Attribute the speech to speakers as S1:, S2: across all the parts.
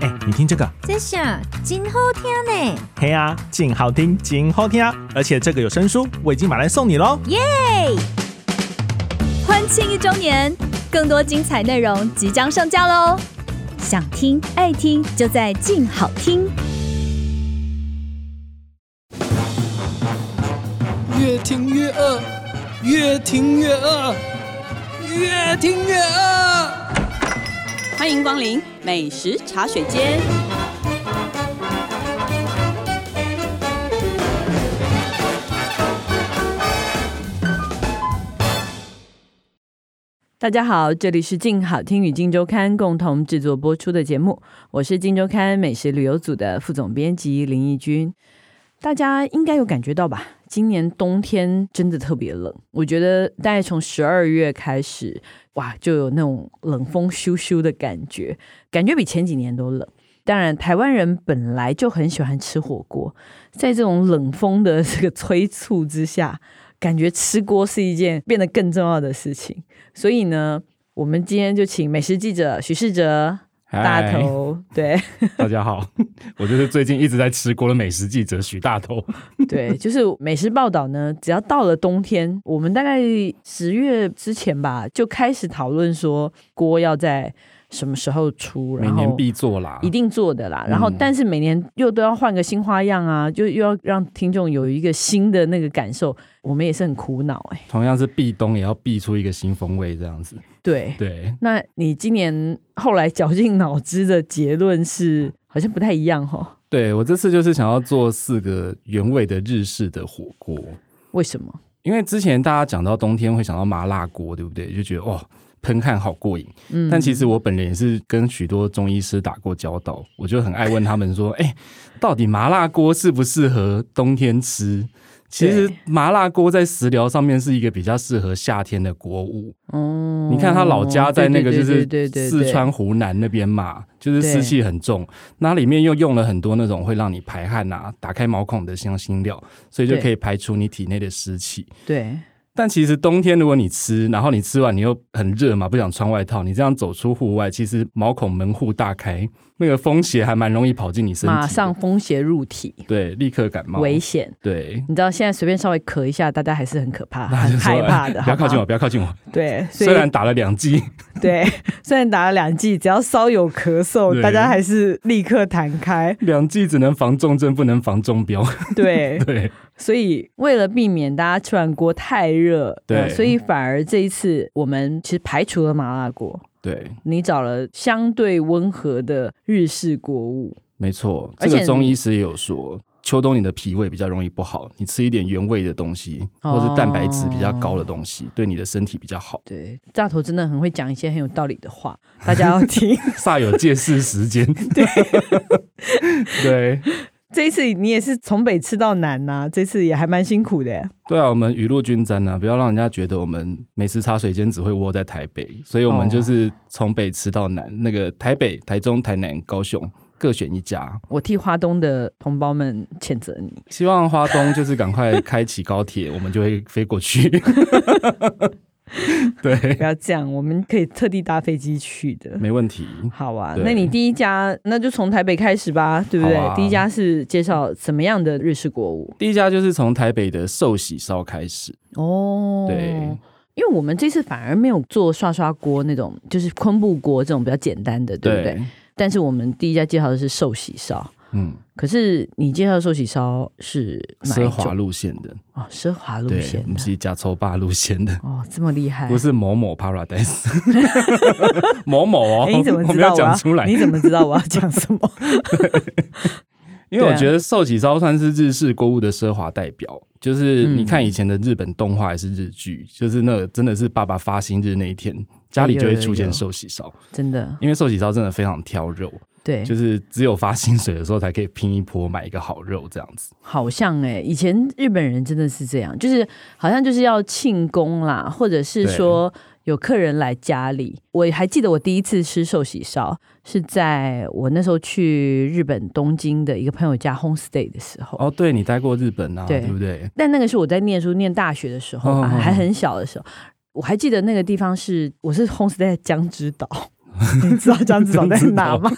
S1: 你听这个，
S2: 这下真好听呢。
S1: 嘿啊，真好听，真好听啊！而且这个有声书，我已经买来送你咯。
S2: 耶！
S3: 欢庆1周年，更多精彩内容即将上架喽！想听爱听就在静好听。
S4: 越听越饿，越听越饿，越听越饿。
S5: 欢迎光临美食茶水间。
S6: 大家好，这里是静好听与静周刊共同制作播出的节目，我是静周刊美食旅游组的副总编辑林义君。大家应该有感觉到吧，今年冬天真的特别冷，我觉得大概从12月开始，哇，就有那种冷风咻咻的感觉比前几年都冷。当然台湾人本来就很喜欢吃火锅，在这种冷风的这个催促之下，感觉吃锅是一件变得更重要的事情。所以呢，我们今天就请美食记者许世哲大头，对，
S7: 大家好，我就是最近一直在吃锅的美食记者许大头。
S6: 对，就是美食报道呢，只要到了冬天，我们大概10月之前吧，就开始讨论说锅要在什么时候出，然后
S7: 每年必做啦，
S6: 一定做的啦。然后，但是每年又都要换个新花样啊，就又要让听众有一个新的那个感受，我们也是很苦恼
S7: 同样是避冬，也要避出一个新风味，这样子。
S6: 对。那你今年后来绞尽脑汁的结论是，好像不太一样齁。
S7: 对，我这次就是想要做4个原味的日式的火锅。
S6: 为什么？
S7: 因为之前大家讲到冬天会想到麻辣锅，对不对？就觉得哇，喷汗好过瘾。但其实我本人也是跟许多中医师打过交道，我就很爱问他们说，到底麻辣锅适不适合冬天吃？其实麻辣锅在食疗上面是一个比较适合夏天的锅物。你看他老家在那个就是四川湖南那边嘛，就是湿气很重，那里面又用了很多那种会让你排汗啊、打开毛孔的香辛料，所以就可以排出你体内的湿气。
S6: 对。
S7: 但其实冬天如果你吃，然后你吃完你又很热嘛，不想穿外套，你这样走出户外，其实毛孔门户大开，那个风邪还蛮容易跑进你身体，
S6: 马上风邪入体，
S7: 对，立刻感冒，
S6: 危险。
S7: 对，
S6: 你知道现在随便稍微咳一下，大家还是很可怕，很害怕的。
S7: 不要靠近我，不要靠近我。
S6: 对，
S7: 虽然打了2剂，
S6: 对，虽然打了2剂，只要稍有咳嗽，大家还是立刻弹开。
S7: 2剂只能防重症，不能防中标。
S6: 对
S7: 对。
S6: 所以为了避免大家吃完锅太热，
S7: 对，
S6: 所以反而这一次我们其实排除了麻辣锅，
S7: 对，
S6: 你找了相对温和的日式锅物。
S7: 没错，这个中医师也有说，秋冬你的脾胃比较容易不好，你吃一点原味的东西，或是蛋白质比较高的东西，对你的身体比较好。
S6: 对，大头真的很会讲一些很有道理的话，大家要听。
S7: 煞有介事时间。对对。
S6: 这一次你也是从北吃到南啊，这次也还蛮辛苦的耶。
S7: 对啊，我们雨露均沾啊，不要让人家觉得我们美食茶水间只会窝在台北，所以我们就是从北吃到南，那个台北、台中、台南、高雄各选一家。我
S6: 替花东的同胞们谴责你，
S7: 希望花东就是赶快开启高铁，我们就会飞过去。对，
S6: 不要这样，我们可以特地搭飞机去的，
S7: 没问题。
S6: 好啊，那你第一家那就从台北开始吧，对不对？第一家是介绍什么样的日式锅物？
S7: 第一家就是从台北的寿喜烧开始。对，
S6: 因为我们这次反而没有做刷刷锅那种，就是昆布锅这种比较简单的，对不对？但是我们第一家介绍的是寿喜烧。可是你介绍的寿喜烧是哪一种？
S7: 奢华路线的
S6: 哦，奢华路线的，
S7: 不是假抽霸路线的
S6: 哦，这么厉害，
S7: 不是某某 Paradise， 某某哦，
S6: 你怎么知道我要
S7: 出来？
S6: 你怎么知道我要讲什么？
S7: 因为我觉得寿喜烧算是日式锅物的奢华代表，就是你看以前的日本动画还是日剧，就是那个真的是爸爸发薪日那一天，家里就会出现寿喜烧，
S6: 真的，
S7: 因为寿喜烧真的非常挑肉。
S6: 对，
S7: 就是只有发薪水的时候才可以拼一波买一个好肉这样子。
S6: 好像以前日本人真的是这样，就是好像就是要庆功啦，或者是说有客人来家里。我还记得我第一次吃寿喜烧是在我那时候去日本东京的一个朋友家 homestay 的时候。
S7: 哦，对，你待过日本啊， 对不对？
S6: 但那个是我在念书念大学的时候还很小的时候。我还记得那个地方我是 homestay 在江之岛。你知道江之岛在哪吗？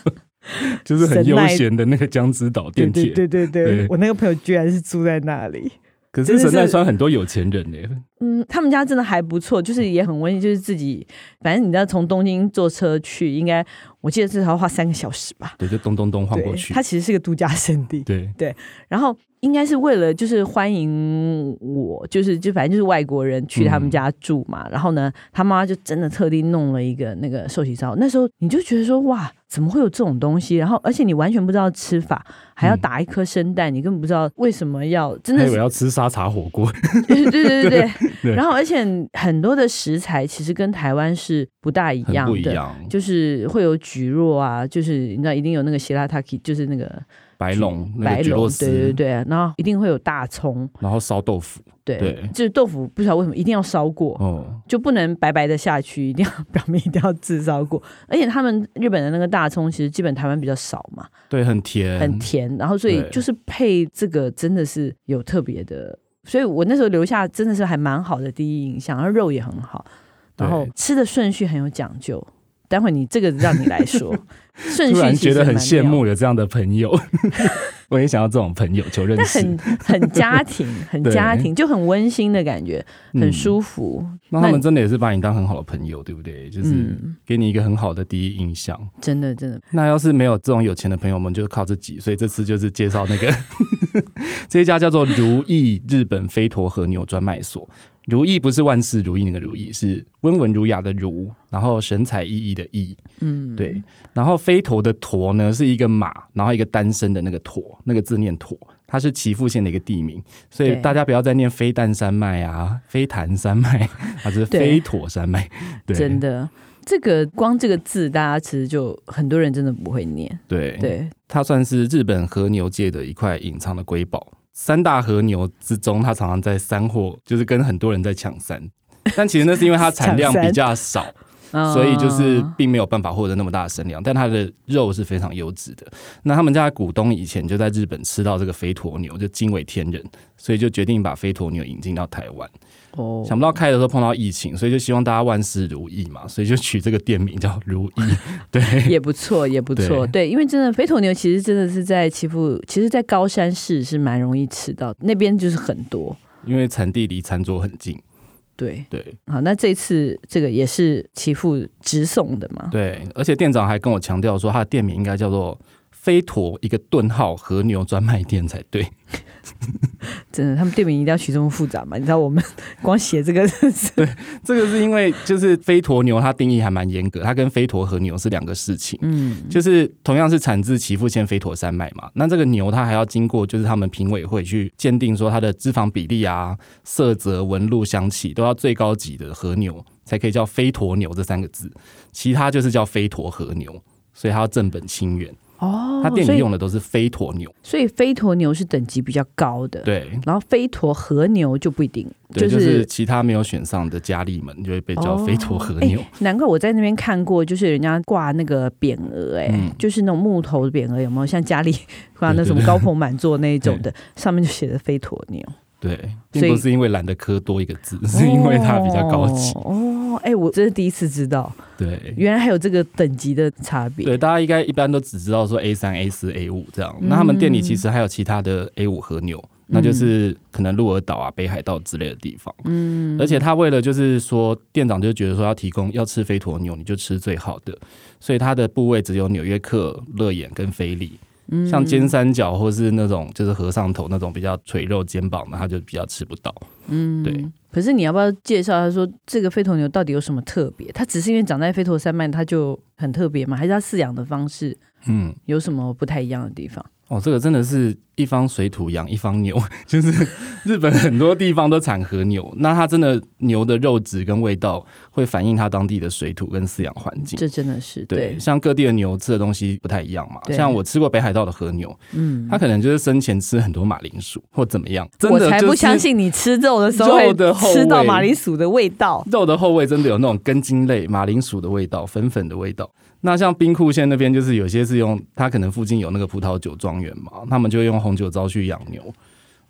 S7: 就是很悠闲的那个江之岛电铁。
S6: 对，我那个朋友居然是住在那里。
S7: 可是神奈川很多有钱人呢。
S6: 他们家真的还不错，就是也很温馨，就是自己反正你知道从东京坐车去，应该我记得至少要花3个小时吧。
S7: 对，就咚晃过去。
S6: 它其实是个度假胜地。
S7: 对，
S6: 然后应该是为了就是欢迎我，就反正就是外国人去他们家住嘛。然后呢，他妈妈就真的特地弄了一个那个寿喜烧。那时候你就觉得说哇，怎么会有这种东西？然后而且你完全不知道吃法，还要打一颗生蛋，你根本不知道为什么要真的。
S7: 还以为要吃沙茶火锅。
S6: 对。然后而且很多的食材其实跟台湾是不大一样的，
S7: 不一样，
S6: 就是会有蒟蒻啊，就是你知道一定有那个希拉塔基，就是那个
S7: 白龙，那个蒟蒻丝，
S6: 对，然后一定会有大葱，
S7: 然后烧豆腐，对，
S6: 就是豆腐不知道为什么一定要烧过，就不能白白的下去，一定要表面一定要炙烧过。而且他们日本的那个大葱其实基本台湾比较少嘛，
S7: 对，很甜，
S6: 然后所以就是配这个真的是有特别的。所以我那时候留下真的是还蛮好的第一印象，然后肉也很好，然后吃的顺序很有讲究。待会你这个让你来说，顺序
S7: 突然觉得很羡慕有这样的朋友，我也想要这种朋友，求认识。
S6: 很家庭，很家庭，就很温馨的感觉，很舒服。
S7: 那他们真的也是把你当很好的朋友，对不对？就是给你一个很好的第一印象。
S6: 真的。
S7: 那要是没有这种有钱的朋友们，就靠自己。所以这次就是介绍那个这一家叫做如意日本飞驼和牛专卖所。如意不是万事如意那个如意，是温文儒雅的儒，然后神采奕奕的奕。对。然后飞驼的驼呢是一个马，然后一个单身的那个驼，那个字念驼，它是岐阜县的一个地名，所以大家不要再念飞弹山脉啊、飞弹山脉，它是飞驼山脉。对，
S6: 真的。这个光这个字，大家其实就很多人真的不会念。对，
S7: 它算是日本和牛界的一块隐藏的瑰宝。3大和牛之中，它常常在3货，就是跟很多人在抢3，但其实那是因为它产量比较少，所以就是并没有办法获得那么大的声量，但它的肉是非常优质的。那他们家的股东以前就在日本吃到这个飞驼牛，就惊为天人，所以就决定把飞驼牛引进到台湾。想不到开的时候碰到疫情，所以就希望大家万事如意嘛，所以就取这个店名叫如意。对，
S6: 也不错。对，因为真的飞驼牛其实真的是在岐阜，其实在高山市是蛮容易吃到，那边就是很多，
S7: 因为产地离餐桌很近。
S6: 对，好，那这次这个也是岐阜直送的嘛？
S7: 对，而且店长还跟我强调说，他的店名应该叫做飞驼一个顿号和牛专卖店才对。
S6: 真的，他们店名一定要取这么复杂嘛？你知道我们光写这个
S7: 对，这个是因为就是飞驼牛它定义还蛮严格，它跟飞驼和牛是2个事情。就是同样是产自岐阜县飞驼山脉嘛，那这个牛它还要经过就是他们评委会去鉴定说它的脂肪比例啊、色泽、纹路、香气都要最高级的和牛才可以叫飞驼牛这3个字，其他就是叫飞驼和牛，所以它要正本清源。它店里用的都是飞驼牛，
S6: 所以飞驼牛是等级比较高的，
S7: 对。
S6: 然后飞驼和牛就不一定，
S7: 对，就是其他没有选上的佳丽们就会被叫飞驼和牛。
S6: 难怪我在那边看过，就是人家挂那个匾额，就是那种木头的匾额，有没有像佳丽挂那什么高朋满座那一种的，上面就写着飞驼牛。
S7: 对，并不是因为懒得刻多一个字，是因为它比较高级。
S6: 我真是第一次知道，
S7: 对，
S6: 原来还有这个等级的差别。
S7: 对，大家应该一般都只知道说 A3、A4、A5 这样，那他们店里其实还有其他的 A5 和牛，那就是可能鹿儿岛啊、北海道之类的地方。而且他为了就是说，店长就觉得说要提供要吃飞驼牛，你就吃最好的，所以它的部位只有纽约客、乐眼跟菲力。像尖三角或是那种就是和尚头那种比较垂肉肩膀的，他就比较吃不到。对。
S6: 可是你要不要介绍他说这个飞驼牛到底有什么特别？它只是因为长在飞驼山脉它就很特别吗？还是它饲养的方式有什么不太一样的地方？
S7: 这个真的是一方水土养一方牛，就是日本很多地方都产和牛，那它真的牛的肉质跟味道会反映它当地的水土跟饲养环境，
S6: 这真的是
S7: 对。像各地的牛吃的东西不太一样嘛，像我吃过北海道的和牛，它可能就是生前吃很多马铃薯或怎么样，真的、
S6: 我才不相信你吃肉的时候会吃到马铃薯的味道，
S7: 肉的后味真的有那种根茎类马铃薯的味道、粉粉的味道。那像兵库县那边就是有些是用它可能附近有那个葡萄酒庄园嘛，他们就会用红酒糟去养牛，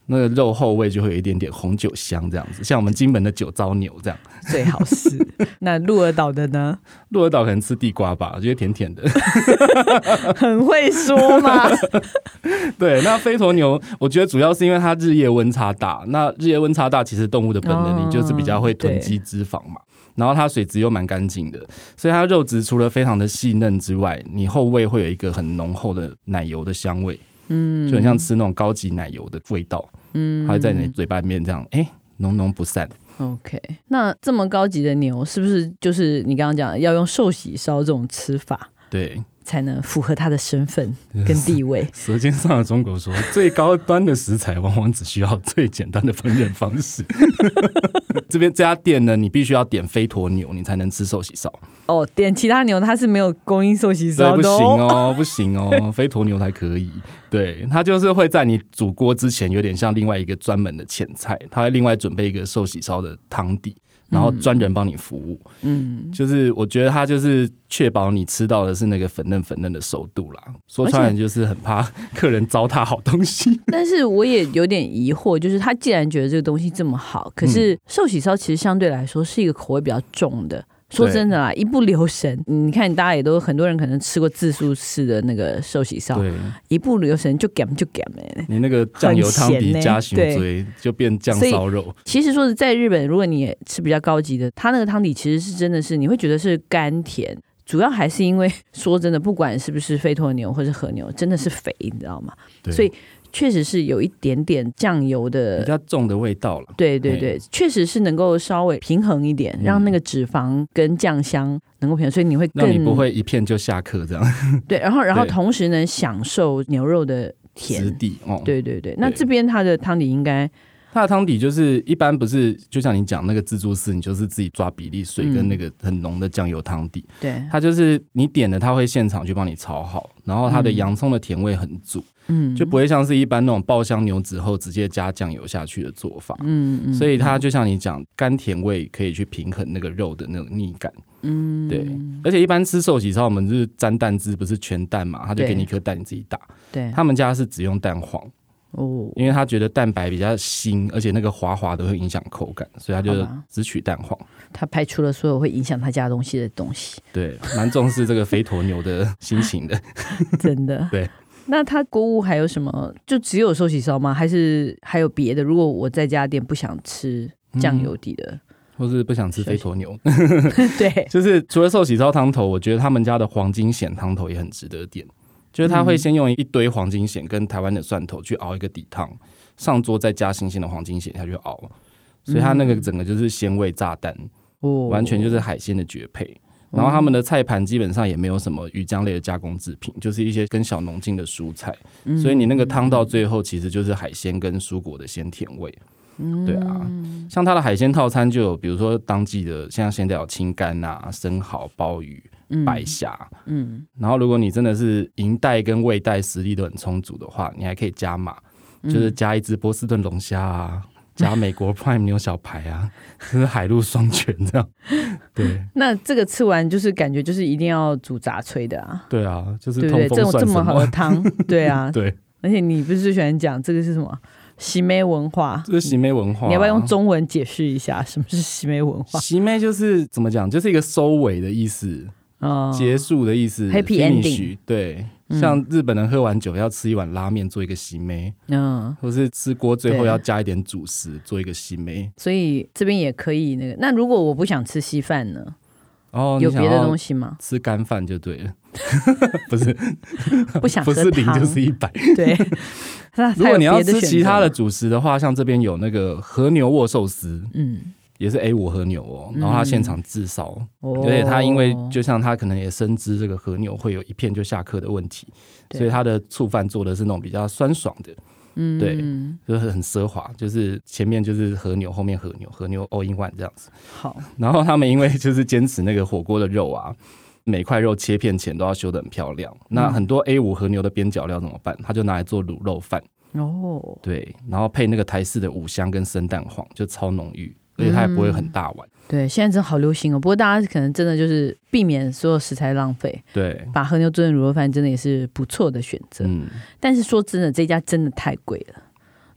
S7: 那个肉后味就会有一点点红酒香这样子，像我们金门的酒糟牛这样。
S6: 最好是。那鹿儿岛的呢？
S7: 鹿儿岛可能吃地瓜吧，我觉得甜甜的。
S6: 很会说嘛。
S7: 对，那飞驒牛我觉得主要是因为它日夜温差大，那日夜温差大其实动物的本能你就是比较会囤积脂肪嘛，然后它水质又蛮干净的，所以它肉质除了非常的细嫩之外，你后味会有一个很浓厚的奶油的香味，就很像吃那种高级奶油的味道，它会在你嘴巴里面这样浓浓不散。
S6: OK， 那这么高级的牛是不是就是你刚刚讲的要用寿喜烧这种吃法？
S7: 对，
S6: 才能符合它的身份跟地位。
S7: 舌尖上的中国说，最高端的食材往往只需要最简单的烹饪方式。这家店呢，你必须要点飞驒牛，你才能吃寿喜烧。
S6: 哦，点其他牛它是没有供应寿喜烧的。
S7: 对，不行哦，不行哦，飞驒牛才可以。对，它就是会在你煮锅之前，有点像另外一个专门的前菜，它会另外准备一个寿喜烧的汤底。然后专人帮你服务，就是我觉得他就是确保你吃到的是那个粉嫩的熟度啦。说穿了就是很怕客人糟蹋好东西。但
S6: 是我也有点疑惑，就是他既然觉得这个东西这么好，可是寿喜烧其实相对来说是一个口味比较重的。说真的啦，一不留神，你看大家也都很多人可能吃过自助式的那个寿喜烧，一不留神就干
S7: 你那个酱油汤底加熊嘴就变酱烧肉。
S6: 其实说是在日本，如果你吃比较高级的，它那个汤底其实是真的是你会觉得是甘甜，主要还是因为说真的，不管是不是飞驒牛或是和牛，真的是肥，你知道吗？所以确实是有一点点酱油的
S7: 比较重的味道了。
S6: 对对对，确实是能够稍微平衡一点，让那个脂肪跟酱香能够平衡，所以你会更
S7: 让你不会一片就下课这样。
S6: 对，然后同时能享受牛肉的甜
S7: 质地。
S6: 对对对，那这边它的汤底应该。
S7: 它的汤底就是一般不是就像你讲那个自助式，你就是自己抓比例水跟那个很浓的酱油汤底。
S6: 对，
S7: 它就是你点了，它会现场去帮你炒好，然后它的洋葱的甜味很足，就不会像是一般那种爆香牛脂后直接加酱油下去的做法。所以它就像你讲，甘甜味可以去平衡那个肉的那种腻感。对，而且一般吃寿喜烧，我们就是沾蛋汁，不是全蛋嘛，他就给你一颗蛋，你自己打。
S6: 对，
S7: 他们家是只用蛋黄。因为他觉得蛋白比较腥，而且那个滑滑的会影响口感，所以他就只取蛋黄。
S6: 他排除了所有会影响他家东西的东西。
S7: 对，蛮重视这个飞驒牛的心情的。
S6: 真的。
S7: 对。
S6: 那他锅物还有什么？就只有寿喜烧吗？还是还有别的？如果我在家店不想吃酱油底的，
S7: 或是不想吃飞驒牛，
S6: 对，
S7: 就是除了寿喜烧汤头，我觉得他们家的黄金蚬汤头也很值得点。就是他会先用一堆黄金蚬跟台湾的蒜头去熬一个底汤，上桌再加新鲜的黄金蚬下去熬，所以他那个整个就是鲜味炸弹，完全就是海鲜的绝配。然后他们的菜盘基本上也没有什么鱼浆类的加工制品，就是一些跟小农进的蔬菜，所以你那个汤到最后其实就是海鲜跟蔬果的鲜甜味。对啊，像它的海鲜套餐就有，比如说当季的，像现在有青干啊、生蚝、鲍鱼、白虾，然后如果你真的是银带跟味带实力都很充足的话，你还可以加码，就是加一只波士顿龙虾啊，加美国 Prime 牛小排啊，就是海陆双全这样。对，
S6: 那这个吃完就是感觉就是一定要煮杂炊的啊。
S7: 对啊，就是痛风算什么？
S6: 这么好的汤，对啊，
S7: 对。
S6: 而且你不是最喜欢讲这个是什么？喜妹文化，
S7: 这是喜妹文化，
S6: 你要不要用中文解释一下什么是喜妹文化？
S7: 喜妹就是怎么讲，就是一个收尾的意思，结束的意思
S6: ，Happy Ending。
S7: 对，像日本人喝完酒要吃一碗拉面做一个喜妹，或是吃锅最后要加一点主食做一个喜妹。
S6: 所以这边也可以那个。那如果我不想吃稀饭呢？有别的东西吗？
S7: 吃干饭就对了，不是
S6: 不想喝汤，
S7: 不是0就是100。
S6: 对。
S7: 如果你要吃其他的主食的话，像这边有那个和牛握寿司，也是 A5 和牛哦，然后他现场炙烧，而且他因为就像他可能也深知这个和牛会有一片就下课的问题，所以他的醋饭做的是那种比较酸爽的，对，就是很奢华，就是前面就是和牛，后面和牛 all in one 这样子。
S6: 好，
S7: 然后他们因为就是坚持那个火锅的肉啊，每块肉切片前都要修得很漂亮。那很多 A5 和牛的边角料怎么办？他就拿来做卤肉饭。对，然后配那个台式的五香跟生蛋黄，就超浓郁，而且它也不会很大碗。
S6: 对，现在真的好流行哦。不过大家可能真的就是避免所有食材浪费，
S7: 对，
S6: 把和牛做成卤肉饭真的也是不错的选择。但是说真的，这家真的太贵了。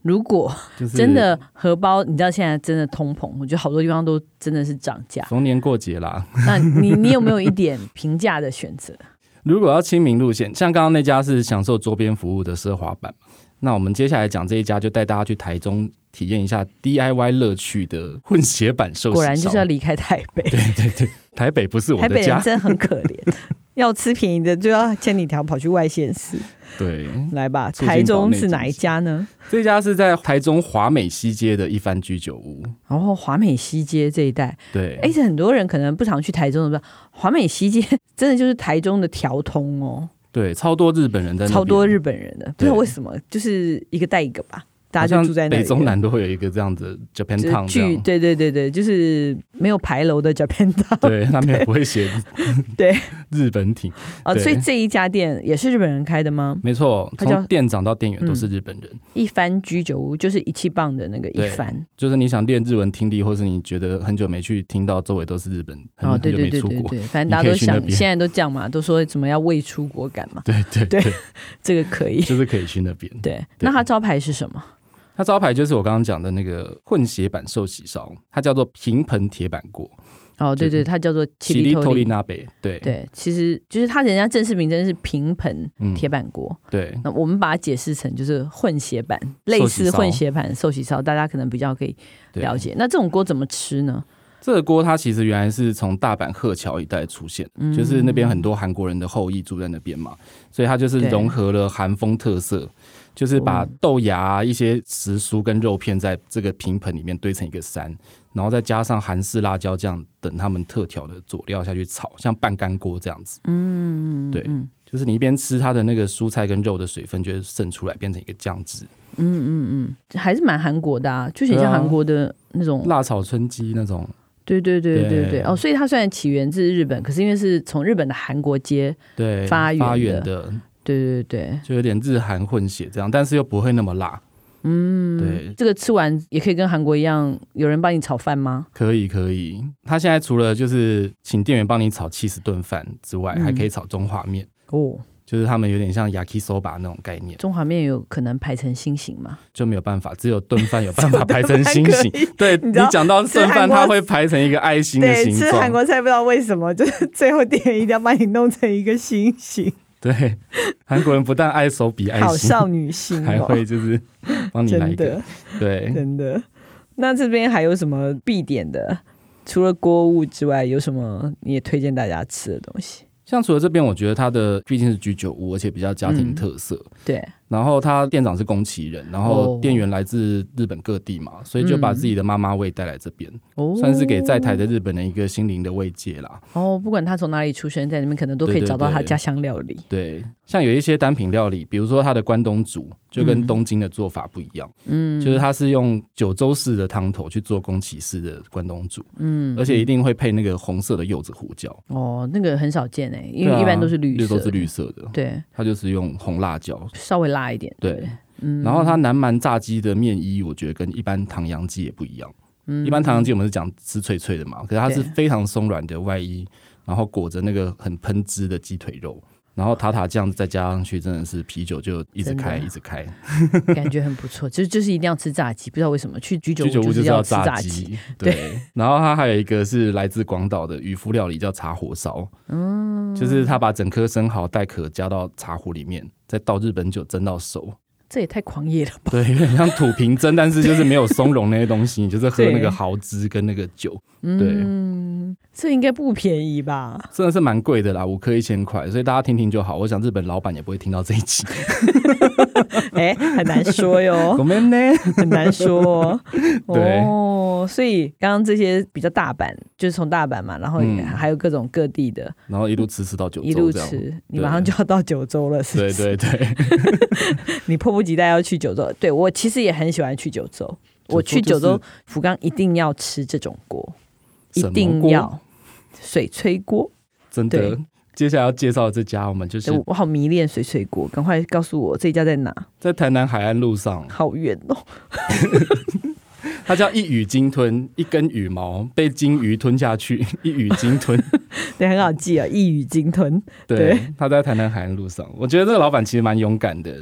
S6: 如果真的荷包，你知道现在真的通膨，我觉得好多地方都真的是涨价。
S7: 逢年过节啦，
S6: 那你有没有一点平价的选择？
S7: 如果要亲民路线，像刚刚那家是享受周边服务的奢华版，那我们接下来讲这一家，就带大家去台中体验一下 DIY 乐趣的混血版寿喜烧。
S6: 果然就是要离开台北。
S7: 对对对，台北不是我的家。
S6: 台北人真的很可怜，要吃便宜的就要千里迢跑去外县市。
S7: 对，
S6: 来吧，台中是哪一家呢？
S7: 这家是在台中华美西街的一番居酒屋。
S6: 然后华美西街这一带，
S7: 对，
S6: 这很多人可能不常去台中的，华美西街真的就是台中的条通哦。
S7: 对，超多日本人在那边，
S6: 超多日本人的，不知道为什么，就是一个带一个吧。大家就住在那里，
S7: 北中南都会有一个这样子 Japan Town 这样。
S6: 对对对对，就是没有牌楼的 Japan Town。
S7: 对，他们也不会写
S6: 对
S7: 日本町
S6: 所以这一家店也是日本人开的吗？
S7: 没错，从店长到店员都是日本人。
S6: 一番居酒屋就是1磅的那个一番，
S7: 就是你想练日文听力，或是你觉得很久没去听到周围都是日本，很久没出国，
S6: 反正大家都想现在都这样嘛，都说怎么要未出国感嘛。
S7: 对对对，
S6: 这个可以，
S7: 就是可以去那边。
S6: 对，那它招牌是什么？
S7: 它招牌就是我刚刚讲的那个混血版寿喜烧，它叫做平盆铁板锅。
S6: 对对，它叫做
S7: チリトリ鍋。对
S6: 对，其实就是它人家正式名称是平盆铁板锅。
S7: 对，
S6: 那我们把它解释成就是混血版，类似混血版寿喜烧，大家可能比较可以了解。那这种锅怎么吃呢？
S7: 这个锅它其实原来是从大阪鹤桥一带出现，就是那边很多韩国人的后裔住在那边嘛，所以它就是融合了韩风特色，就是把豆芽一些时蔬跟肉片在这个平盆里面堆成一个山，然后再加上韩式辣椒酱等他们特调的佐料下去炒，像半干锅这样子。对，就是你一边吃它的那个蔬菜跟肉的水分就会渗出来，变成一个酱汁。
S6: 还是蛮韩国的啊，就很像韩国的那种
S7: 辣炒春鸡那种。
S6: 对对对对对，所以它虽然起源自日本，可是因为是从日本的韩国街发源的，对对对，
S7: 就有点日韩混血这样，但是又不会那么辣。对，
S6: 这个吃完也可以跟韩国一样，有人帮你炒饭吗？
S7: 可以可以，他现在除了就是请店员帮你炒70顿饭之外，还可以炒中华面就是他们有点像 yakisoba 那种概念。
S6: 中华面有可能排成星形吗？
S7: 就没有办法，只有炖饭有办法排成星形。对，你讲到炖饭，它会排成一个爱心的形状。
S6: 对，吃韩国菜不知道为什么，就是最后店员一定要把你弄成一个星形。
S7: 对，韩国人不但爱手比爱心，
S6: 好少女心
S7: 还会就是帮你来一个。对，
S6: 真的。那这边还有什么必点的？除了锅物之外，有什么你也推荐大家吃的东西？
S7: 像除了这边，我觉得它的毕竟是居酒屋，而且比较家庭特色。
S6: 对。
S7: 然后他店长是宫崎人，然后店员来自日本各地嘛，所以就把自己的妈妈味带来这边，算是给在台的日本人一个心灵的慰藉啦。
S6: 不管他从哪里出生，在那边可能都可以找到他家乡料理。
S7: 对，像有一些单品料理，比如说他的关东煮，就跟东京的做法不一样。就是他是用九州式的汤头去做宫崎式的关东煮。而且一定会配那个红色的柚子胡椒。
S6: 那个很少见因为一般都是绿色的。
S7: 都是绿色的。对，他就是用红辣椒，
S6: 稍微辣一点。
S7: 对，然后它南蛮炸鸡的面衣，我觉得跟一般唐扬鸡也不一样。一般唐扬鸡我们是讲吃脆脆的嘛，可是它是非常松软的外衣，然后裹着那个很喷汁的鸡腿肉，然后塔塔酱再加上去，真的是啤酒就一直开一直开，
S6: 感觉很不错。就是一定要吃炸鸡，不知道为什么去居酒屋就是要吃炸鸡。
S7: 对，然后它还有一个是来自广岛的渔夫料理，叫茶火烧。就是他把整颗生蚝带壳加到茶壶里面，再倒日本酒蒸到熟。
S6: 这也太狂野了吧？
S7: 对，有点像土瓶蒸，但是就是没有松茸那些东西，你就是喝那个蚝汁跟那个酒。对，
S6: 这应该不便宜吧？
S7: 真的是蛮贵的啦，5颗1000块，所以大家听听就好。我想日本老板也不会听到这一集。
S6: 很难说哟。
S7: ごめんね，
S6: 很难说。
S7: 对。
S6: 所以刚刚这些比较大阪，就是从大阪嘛，然后还有各种各地的，
S7: 然后一路吃到九州，
S6: 一路吃，你马上就要到九州了，是不是？
S7: 对对对。
S6: 你迫不及待要去九州。对，我其实也很喜欢去九州。我去九州福冈一定要吃这种锅，一定要水炊锅。
S7: 真的。接下来要介绍的这家，我们就是
S6: 我好迷恋水炊锅，赶快告诉我这家在哪？
S7: 在台南海岸路上。
S6: 好远哦。
S7: 它叫一羽鲸吞，一根羽毛被鲸鱼吞下去，一羽鲸吞。
S6: 对，很好记啊，一羽鲸吞。
S7: 对，他在台南海岸路上。我觉得这个老板其实蛮勇敢的，因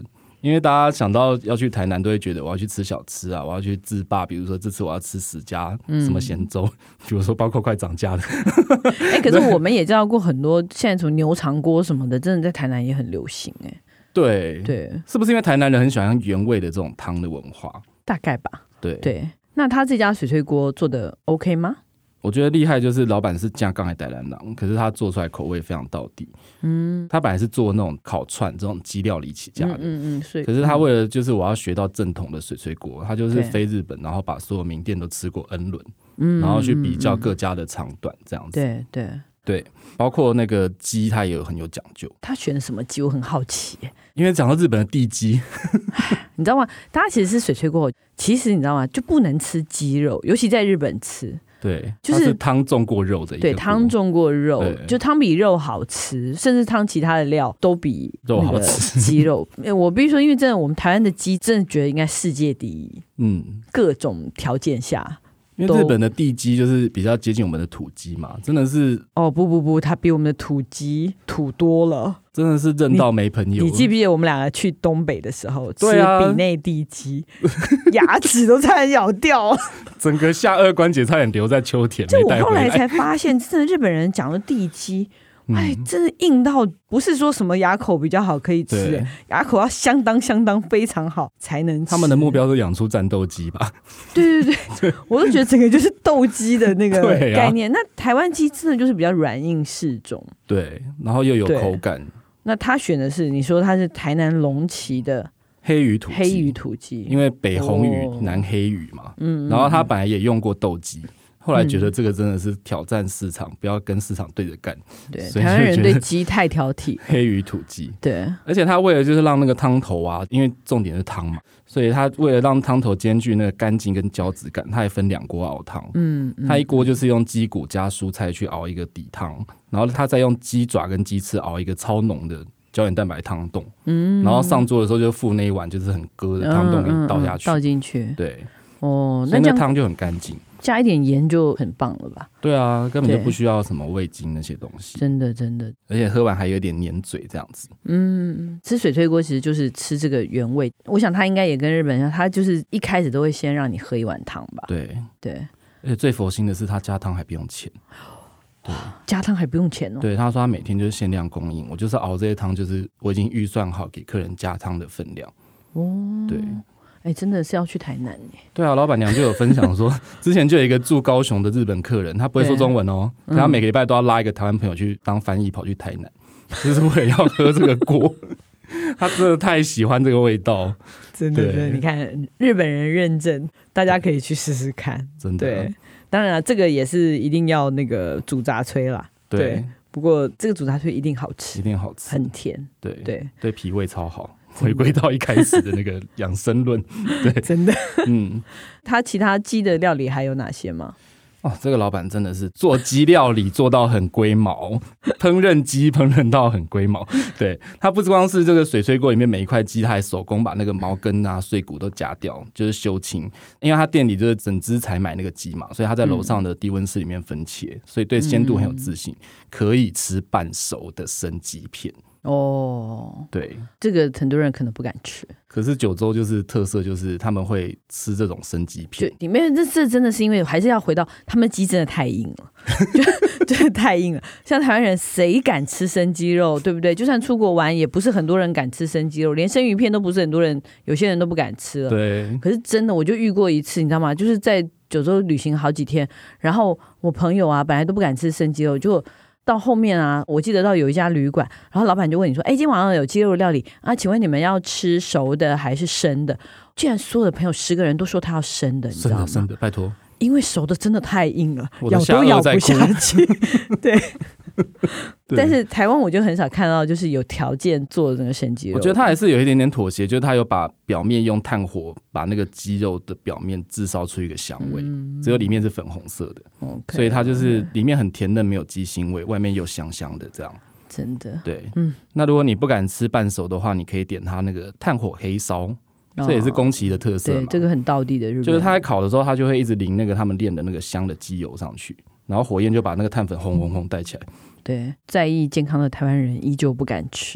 S7: 因为大家想到要去台南都会觉得我要去吃小吃啊，我要去自霸，比如说这次我要吃10家什么咸粥，比如说包括快涨价的
S6: 可是我们也知道过很多现在什么牛肠锅什么的，真的在台南也很流行
S7: 对，是不是因为台南人很喜欢原味的这种汤的文化？
S6: 大概吧。
S7: 对，
S6: 那他这家水炊锅做的 OK 吗？
S7: 我觉得厉害就是老板是架杠还台南人，可是他做出来口味非常到底。他本来是做那种烤串这种鸡料理起家的，可是他为了就是我要学到正统的水炊锅，他就是飞日本，然后把所有名店都吃过 N 轮，然后去比较各家的长短这样子。对，包括那个鸡他也很有讲究。
S6: 他选的什么鸡我很好奇
S7: 因为讲到日本的地鸡
S6: 你知道吗？大家其实吃水炊锅，其实你知道吗？就不能吃鸡肉，尤其在日本吃。
S7: 对，
S6: 就是
S7: 汤重过肉的一个锅。
S6: 对，汤重过肉，就汤比肉好吃，甚至汤其他的料都比
S7: 肉好吃。
S6: 鸡肉，我必须说，因为真的我们台湾的鸡真的觉得应该世界第一。各种条件下。
S7: 因为日本的地鸡就是比较接近我们的土鸡嘛，真的是
S6: 不，它比我们的土鸡土多了，
S7: 真的是认到没朋友。
S6: 你记不记得我们两个去东北的时候吃比内地鸡，牙齿都差点咬掉，
S7: 整个下颚关节差点留在秋田。
S6: 就我后来才发现，真的日本人讲的地鸡。真的硬到不是说什么牙口比较好可以吃，牙口要相当非常好才能吃。
S7: 他们的目标是养出战斗鸡吧？
S6: 对，我都觉得整个就是斗鸡的那个概念。那台湾鸡真的就是比较软硬适中，
S7: 对，然后又有口感。
S6: 那他选的是，你说他是台南龙崎的
S7: 黑鱼
S6: 土鸡，
S7: 因为北红鱼、南黑鱼嘛，然后他本来也用过斗鸡。后来觉得这个真的是挑战市场，不要跟市场对着干。
S6: 对，台湾人对鸡太挑剔。
S7: 黑鱼土鸡，
S6: 对，
S7: 而且他为了就是让那个汤头啊，因为重点是汤嘛，所以他为了让汤头兼具那个干净跟胶质感，他还分2锅熬汤。他一锅就是用鸡骨加蔬菜去熬一个底汤，然后他再用鸡爪跟鸡翅熬一个超浓的胶原蛋白汤冻。然后上桌的时候就附那一碗就是很割的汤冻给你倒下去，
S6: 倒进去。
S7: 对，那汤就很干净。
S6: 加一点盐就很棒了吧？
S7: 对啊，根本就不需要什么味精那些东西。
S6: 真的，
S7: 而且喝完还有点黏嘴这样子。
S6: 吃水炊锅其实就是吃这个原味。我想他应该也跟日本一样，他就是一开始都会先让你喝一碗汤吧。
S7: 对，而且最佛心的是他加汤还不用钱。对，
S6: 加汤还不用钱哦。
S7: 对，他说他每天就是限量供应，我就是熬这些汤，就是我已经预算好给客人加汤的分量。对。
S6: 真的是要去台南
S7: 对啊，老板娘就有分享说，之前就有一个住高雄的日本客人，他不会说中文哦，他每个礼拜都要拉一个台湾朋友去当翻译，跑去台南，就是为了要喝这个锅。他真的太喜欢这个味道，
S6: 真的。你看日本人认证，大家可以去试试看，
S7: 真的。
S6: 对，当然了，这个也是一定要那个煮杂炊啦。对，不过这个煮杂炊一定好吃，很甜。对，
S7: 脾胃超好。回归到一开始的那个养生论，对，
S6: 真的，他其他鸡的料理还有哪些吗？
S7: 这个老板真的是做鸡料理做到很龟毛，烹饪鸡烹饪到很龟毛。对，他不光是这个水炊锅里面每一块鸡，他还手工把那个毛根啊、碎骨都夹掉，就是修清。因为他店里就是整只才买那个鸡嘛，所以他在楼上的低温室里面分切，所以对鲜度很有自信，可以吃半熟的生鸡片。对，
S6: 这个很多人可能不敢吃。
S7: 可是九州就是特色，就是他们会吃这种生鸡片。
S6: 里面这真的是因为还是要回到他们鸡真的太硬了，真的太硬了。像台湾人谁敢吃生鸡肉，对不对？就算出国玩，也不是很多人敢吃生鸡肉，连生鱼片都不是很多人，有些人都不敢吃了。
S7: 对。
S6: 可是真的，我就遇过一次，你知道吗？就是在九州旅行好几天，然后我朋友啊，本来都不敢吃生鸡肉，就到后面啊，我记得到有一家旅馆，然后老板就问你说：“今天晚上有鸡肉料理啊，请问你们要吃熟的还是生的？”竟然所有的朋友10个人都说他要生的，你知道吗？
S7: 生的，拜托，
S6: 因为熟的真的太硬了，咬都咬不下去。对。但是台湾我就很少看到就是有条件做的那个生鸡肉。
S7: 我觉得他还是有一点点妥协，就是他有把表面用炭火把那个鸡肉的表面炙烧出一个香味，只有里面是粉红色的，所以它就是里面很甜嫩，没有鸡腥味，外面又香香的这样。
S6: 真的。
S7: 对，那如果你不敢吃半熟的话，你可以点它那个炭火黑烧。这也是宫崎的特色嘛。
S6: 对，这个很道地的日本。
S7: 就是他在烤的时候，他就会一直淋那个他们炼的那个香的鸡油上去，然后火焰就把那个碳粉轰轰轰带起来。
S6: 对，在意健康的台湾人依旧不敢吃。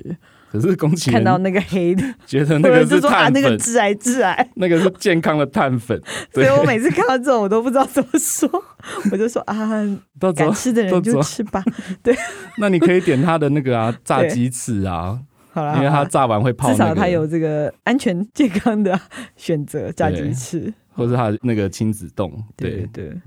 S7: 可是宫崎人
S6: 看到那个黑的，
S7: 觉得那个是碳粉，
S6: 那个致癌，
S7: 那个是健康的碳粉。
S6: 所以我每次看到这种，我都不知道怎么说，我就说敢吃的人就吃吧。对，
S7: 那你可以点它的那个炸鸡翅啊。好啦，因为它炸完会泡，
S6: 至少它有这个安全健康的选择，炸鸡翅，
S7: 或是它那个亲子冻。对。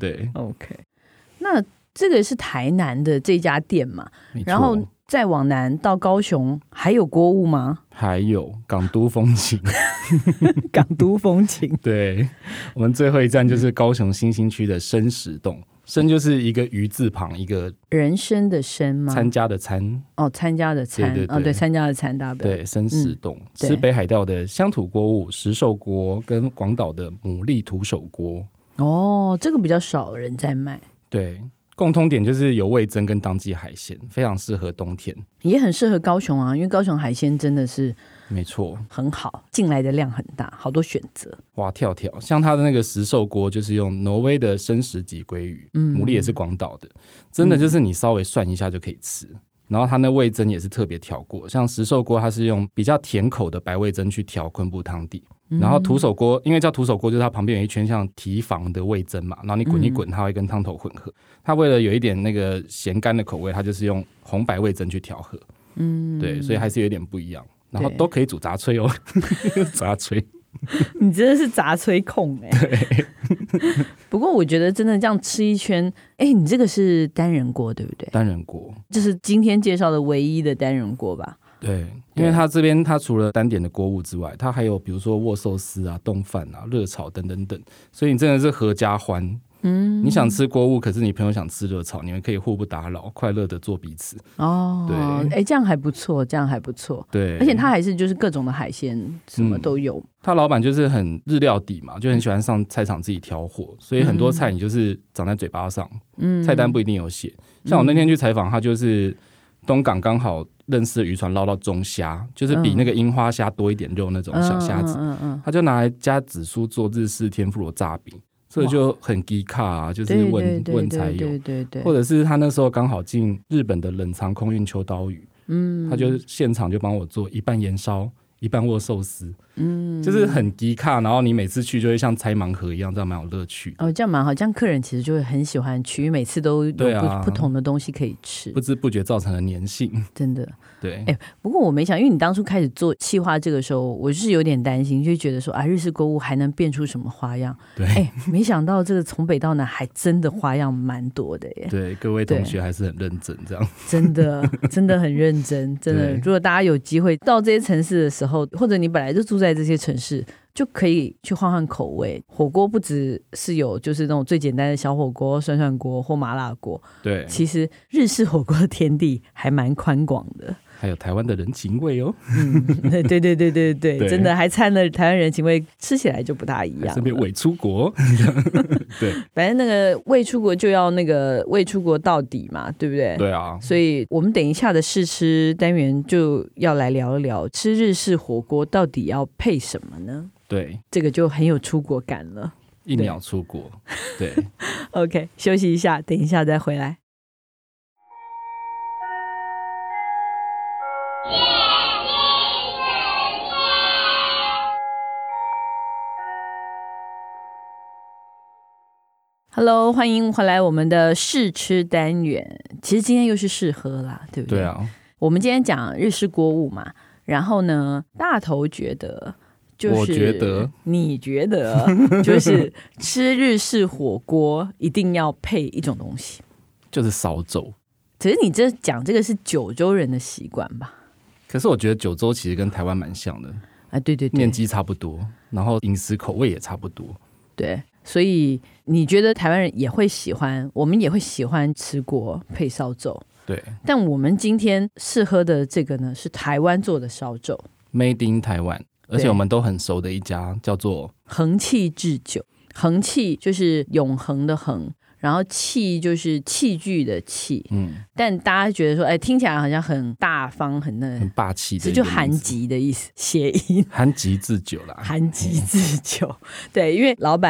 S6: OK， 那这个是台南的这家店嘛？然后再往南到高雄还有锅物吗？
S7: 还有港都风情。
S6: 港都风情。
S7: 对，我们最后一站就是高雄新兴区的生食冻。生就是一个鱼字旁，一个
S6: 人参的参吗？
S7: 参加的参。
S6: 参加的参。对，参加的参大本。
S7: 对，生食冻是北海道的乡土锅物，石寿锅跟广岛的牡蛎土手锅。
S6: 这个比较少人在卖。
S7: 对，共通点就是有味噌跟当季海鲜，非常适合冬天，
S6: 也很适合高雄啊，因为高雄海鲜真的是
S7: 没错，
S6: 很好，进来的量很大，好多选择。
S7: 哇跳跳，像它的那个石寿锅就是用挪威的生食级鲑鱼，牡蛎也是广岛的，真的就是你稍微涮一下就可以吃。然后它那味噌也是特别调过，像石寿锅它是用比较甜口的白味噌去调昆布汤底，然后土手锅因为叫土手锅就是它旁边有一圈像提防的味噌嘛，然后你滚一滚它会跟汤头混合，它为了有一点那个咸甘的口味，它就是用红白味噌去调和，对，所以还是有点不一样，然后都可以煮杂炊哦。杂炊
S6: 你真的是杂炊控对。不过我觉得真的这样吃一圈，你这个是单人锅对不对？
S7: 单人锅，
S6: 这是今天介绍的唯一的单人锅吧？
S7: 对，因为它这边它除了单点的锅物之外，它还有比如说握寿司啊、冻饭啊、热炒等等等，所以你真的是合家欢。你想吃锅物，可是你朋友想吃热炒，你们可以互不打扰，快乐的做彼此。对，
S6: 这样还不错，这样还不错。
S7: 对，
S6: 而且它还是就是各种的海鲜，什么都有。
S7: 他老板就是很日料底嘛，就很喜欢上菜场自己挑货，所以很多菜你就是长在嘴巴上，菜单不一定有写。像我那天去采访，他就是东港刚好认识的渔船捞到中虾，就是比那个樱花虾多一点肉那种小虾子，他就拿来加紫苏做日式天妇罗炸饼。这就很低卡啊，就是问才有，或者是他那时候刚好进日本的冷藏空运秋刀鱼，他就现场就帮我做一半盐烧，一半握寿司，就是很低卡，然后你每次去就会像拆盲盒一样，这样蛮有乐趣。
S6: 这样蛮好，这样客人其实就会很喜欢去，每次都有不同的东西可以吃，
S7: 不知不觉造成了粘性，
S6: 真的。
S7: 对，
S6: 不过我没想，因为你当初开始做企划这个时候，我是有点担心，就觉得说日式购物还能变出什么花样？
S7: 对，
S6: 没想到这个从北到南还真的花样蛮多的耶。
S7: 对，各位同学还是很认真，这样
S6: 真的很认真，真的。如果大家有机会到这些城市的时候，或者你本来就住在这些城市，就可以去换换口味。火锅不只是有就是那种最简单的小火锅、涮涮锅或麻辣锅，
S7: 对，
S6: 其实日式火锅的天地还蛮宽广的。
S7: 还有台湾的人情味哦。
S6: 对，真的还掺了台湾人情味，吃起来就不大一样。
S7: 这边伪出国。对，
S6: 反正那个未出国就要那个未出国到底嘛，对不对？
S7: 对啊。
S6: 所以我们等一下的试吃单元就要来聊一聊吃日式火锅到底要配什么呢？
S7: 对，
S6: 这个就很有出国感了，
S7: 一秒出国。对。
S6: OK， 休息一下，等一下再回来。Hello， 欢迎回来我们的试吃单元。其实今天又是试喝啦，对不对？
S7: 对啊。
S6: 我们今天讲日式锅物嘛，然后呢，大头觉得就是
S7: 我觉得
S6: 你觉得就是吃日式火锅一定要配一种东西，
S7: 就是烧粥。
S6: 可是你这讲这个是九州人的习惯吧？
S7: 可是我觉得九州其实跟台湾蛮像的
S6: 啊，对，
S7: 面积差不多，然后饮食口味也差不多。
S6: 对，所以你觉得台湾人也会喜欢，我们也会喜欢吃锅配烧粥。
S7: 对，
S6: 但我们今天试喝的这个呢，是台湾做的烧粥
S7: ，Made in 台湾，而且我们都很熟的一家叫做
S6: 恒器制酒。恒器就是永恒的恒，然后器就是器具的器，但大家觉得说，听起来好像很大方，很
S7: 霸气的，
S6: 这就韩籍的意思，谐音，
S7: 韩籍制酒啦，
S6: 韩籍制酒。对，因为老板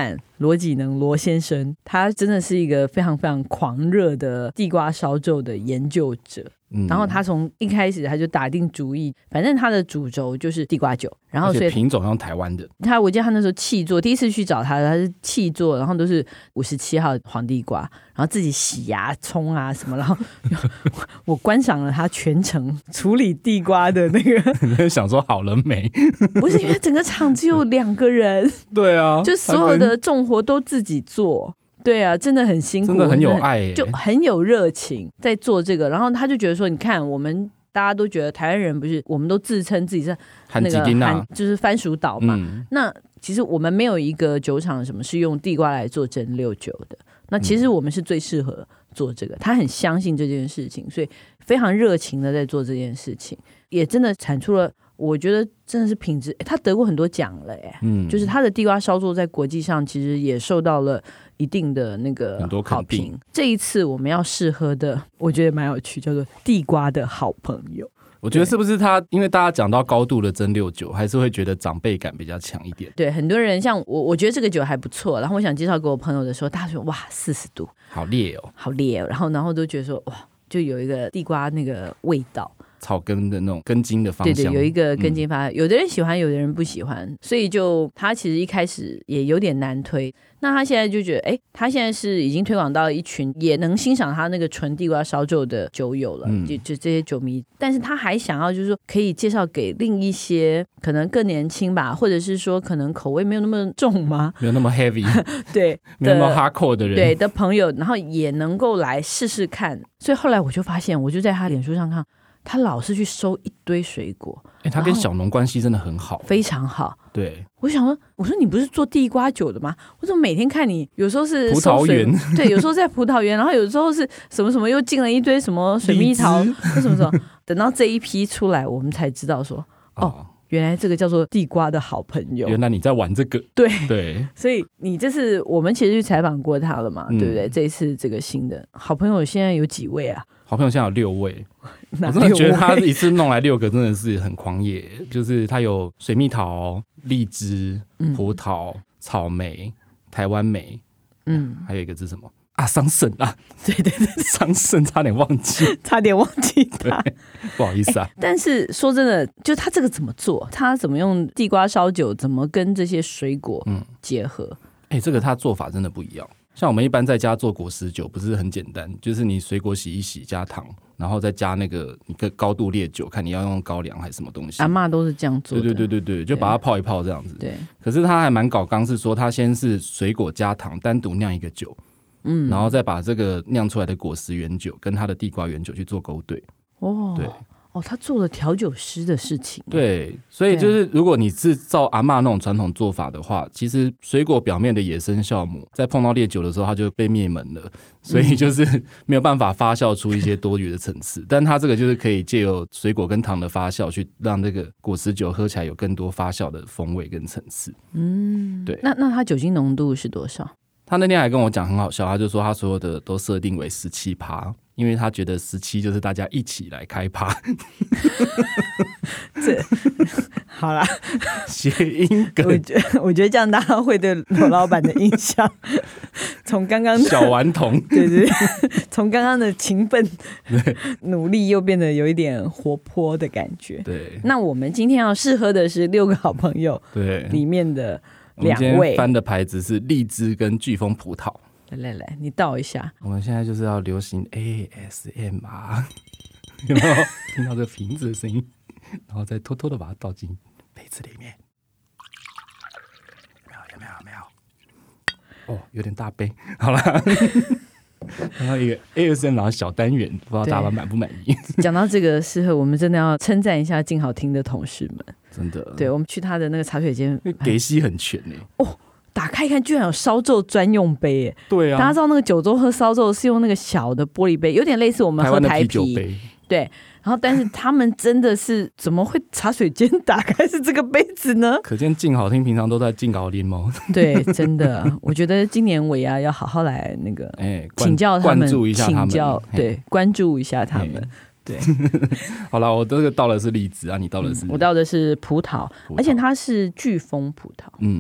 S6: 罗纪能罗先生，他真的是一个非常非常狂热的地瓜烧酒的研究者。然后他从一开始他就打定主意，反正他的主轴就是地瓜酒，然后所以
S7: 品种用台湾的。
S6: 我记得他那时候契作，第一次去找他是契作，然后都是57号黄地瓜，然后自己洗牙冲啊什么，然后我观赏了他全程处理地瓜的那个
S7: 想说好了没？
S6: 不是因为整个厂只有2个人，
S7: 对啊，
S6: 就所有的重活都自己做。对啊，真的很辛苦，
S7: 真的很有爱
S6: 就很有热情在做这个。然后他就觉得说，你看我们大家都觉得台湾人不是，我们都自称自己是那个就是番薯岛嘛。那其实我们没有一个酒厂什么是用地瓜来做蒸馏酒的。那其实我们是最适合做这个，他很相信这件事情，所以非常热情的在做这件事情，也真的产出了。我觉得真的是品质，他得过很多奖了耶。就是他的地瓜烧作在国际上其实也受到了一定的那个好评。这一次我们要试喝的，我觉得蛮有趣，叫做地瓜的好朋友。
S7: 我觉得是不是他，因为大家讲到高度的蒸馏酒，还是会觉得长辈感比较强一点。
S6: 对，很多人像我觉得这个酒还不错。然后我想介绍给我朋友的时候，大家说哇40度，
S7: 好烈哦，
S6: 好烈哦。然后都觉得说哇，就有一个地瓜那个味道。
S7: 草根的那种根茎的芳香，
S6: 对，有一个根茎发，有的人喜欢，有的人不喜欢，所以就他其实一开始也有点难推。那他现在就觉得，他现在是已经推广到一群也能欣赏他那个纯地瓜烧酒的酒友了，就这些酒迷。但是他还想要就是说，可以介绍给另一些可能更年轻吧，或者是说可能口味没有那么重吗？
S7: 没有那么 heavy，
S6: 对，
S7: 没有那么 hardcore 的人，
S6: 对的朋友，然后也能够来试试看。所以后来我就发现，我就在他脸书上看。他老是去收一堆水果，
S7: 他跟小农关系真的很好，
S6: 非常好。
S7: 对，
S6: 我想说，我说你不是做地瓜酒的吗？我怎么每天看你有时候是
S7: 葡萄园，
S6: 对，有时候在葡萄园，然后有时候是什么什么又进了一堆什么水蜜桃，什么什么。等到这一批出来，我们才知道说，原来这个叫做地瓜的好朋友。
S7: 原来你在玩这个，对。
S6: 所以你这次我们其实去采访过他了嘛，对不对？这一次这个新的好朋友现在有几位啊？
S7: 好朋友现在有6位，我真的觉得他一次弄来6个真的是很狂野。就是他有水蜜桃、荔枝、葡萄、草莓、台湾莓，还有一个是什么啊？桑葚啊，
S6: 对，
S7: 桑葚差点忘记他，不好意思啊。
S6: 但是说真的，就他这个怎么做？他怎么用地瓜烧酒？怎么跟这些水果结合？
S7: 这个他做法真的不一样。像我们一般在家做果实酒不是很简单，就是你水果洗一洗加糖，然后再加那个一个高度烈酒，看你要用高粱还是什么东西。
S6: 阿嬷都是这样做的。
S7: 对，就把它泡一泡这样子。
S6: 对。
S7: 可是他还蛮搞刚，是说他先是水果加糖单独酿一个酒，然后再把这个酿出来的果实原酒跟他的地瓜原酒去做勾兑。对。
S6: 他做了调酒师的事情。
S7: 对，所以就是如果你是照阿嬷那种传统做法的话，其实水果表面的野生酵母在碰到烈酒的时候它就被灭门了，所以就是没有办法发酵出一些多余的层次。但它这个就是可以借由水果跟糖的发酵去让那个果实酒喝起来有更多发酵的风味跟层次。对。
S6: 那它酒精浓度是多少？
S7: 他那天还跟我讲很好笑，他就说他所有的都设定为17%，因为他觉得17就是大家一起来开趴。
S6: 好啦，
S7: 谐音梗，
S6: 我觉得这样大家会对罗老板的印象，从刚刚
S7: 小顽童，
S6: 对，从刚刚的勤奋努力又变得有一点活泼的感觉。
S7: 对，
S6: 那我们今天要试喝的是6个好朋友里面的2位。我们今天
S7: 翻的牌子是荔枝跟巨峰葡萄。
S6: 来，你倒一下。
S7: 我们现在就是要流行 ASMR， 有没有听到这个瓶子的声音？然后再偷偷的把它倒进杯子里面。有没有？有点大杯。好了。然后一个 ASMR 小单元，不知道大家满不满意？
S6: 讲到这个适合，我们真的要称赞一下静好听的同事们，
S7: 真的。
S6: 对，我们去他的那个茶水间，
S7: 给息很全
S6: 打开一看，居然有烧酎专用杯耶！
S7: 对啊，
S6: 大家知道那个九州喝烧酎是用那个小的玻璃杯，有点类似我们喝台啤
S7: 啤酒杯。
S6: 对，然后但是他们真的是怎么会茶水间打开是这个杯子呢？
S7: 可见静好听平常都在静搞联盟。
S6: 对，真的，我觉得今年尾牙要好好来那个请教他们，
S7: 关注一下他们，
S6: 对，关注一下他们。对，
S7: 好了，我这个倒的是荔枝啊，你倒的是？
S6: 我倒的是葡萄，而且它是巨峰葡萄。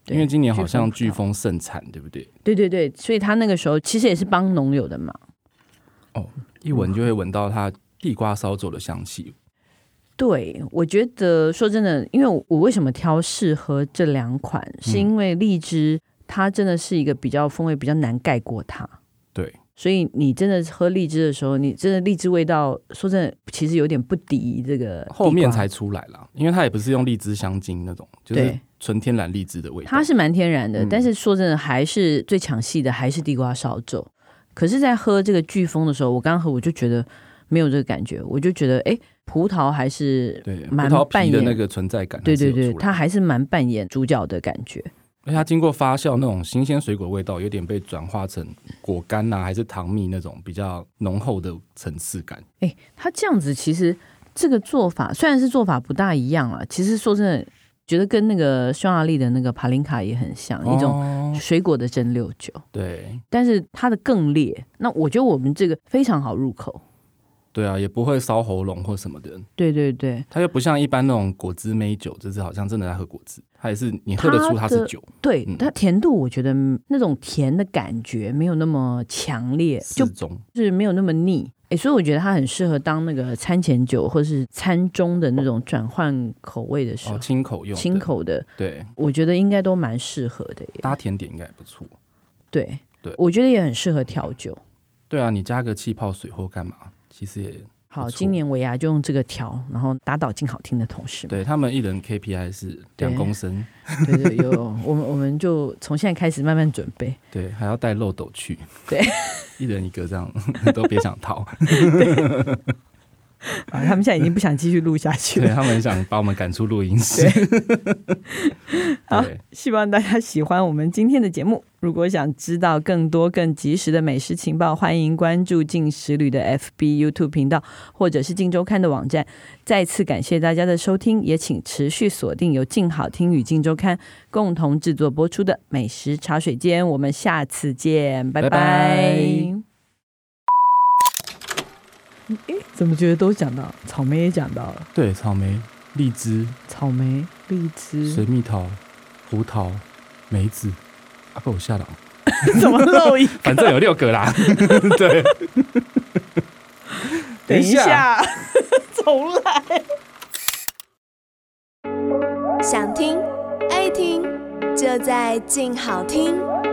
S7: 因为今年好像飓风盛产，对不对？
S6: 对对对，所以他那个时候其实也是帮农友的忙。
S7: 哦，一闻就会闻到它地瓜烧酒的香气。
S6: 对，我觉得说真的，因为我为什么挑适合这2款，是因为荔枝它真的是一个比较风味比较难盖过它。
S7: 对，
S6: 所以你真的喝荔枝的时候，你真的荔枝味道，说真的，其实有点不敌这个
S7: 后面才出来啦，因为它也不是用荔枝香精那种，就是纯天然荔枝的味道。
S6: 它是蛮天然的，但是说真的，还是最抢戏的还是地瓜烧酒。可是，在喝这个飓风的时候，我刚喝我就觉得没有这个感觉，我就觉得葡萄还是蛮扮演
S7: 的那个存在感，
S6: 对对对，它还是蛮扮演主角的感觉。
S7: 而且它经过发酵，那种新鲜水果味道有点被转化成果干啊，还是糖蜜那种比较浓厚的层次感。
S6: 它这样子其实这个做法虽然是做法不大一样啊，其实说真的，觉得跟那个匈牙利的那个帕林卡也很像，一种水果的蒸馏酒。
S7: 对，
S6: 但是它的更烈。那我觉得我们这个非常好入口。
S7: 对啊，也不会烧喉咙或什么的。
S6: 对对对，
S7: 它又不像一般那种果汁梅酒，就是好像真的在喝果汁，它也是你喝得出它是酒。
S6: 对，它甜度我觉得那种甜的感觉没有那么强烈，就是没有那么腻。所以我觉得它很适合当那个餐前酒或是餐中的那种转换口味的时候，
S7: 清口用的，
S6: 清口的，
S7: 对，
S6: 我觉得应该都蛮适合的耶。
S7: 搭甜点应该也不错。
S6: 对，我觉得也很适合调酒。
S7: 对啊，你加个气泡水或干嘛，其实也
S6: 好。今年尾牙就用这个调，然后打倒静好听的同事们。
S7: 对，他们一人 KPI 是2公升。
S6: 对对，有我们就从现在开始慢慢准备。
S7: 对，还要带漏斗去。
S6: 对，
S7: 一人一个这样，都别想逃。
S6: 他们现在已经不想继续录下去了。
S7: 对，他们想把我们赶出录音室。
S6: 好，希望大家喜欢我们今天的节目。如果想知道更多更及时的美食情报，欢迎关注静食旅的 FB、YouTube 频道，或者是静周刊的网站。再次感谢大家的收听，也请持续锁定由静好听与静周刊共同制作播出的美食茶水间。我们下次见，拜拜。怎么觉得都讲到草莓也讲到了？
S7: 对，草莓、荔枝、
S6: 草莓、荔枝、
S7: 水蜜桃、胡桃、梅子，被我吓到，
S6: 怎么漏一个？
S7: 反正有6个啦。对，
S6: 等一下，重来。
S2: 想听爱听，就在静好听。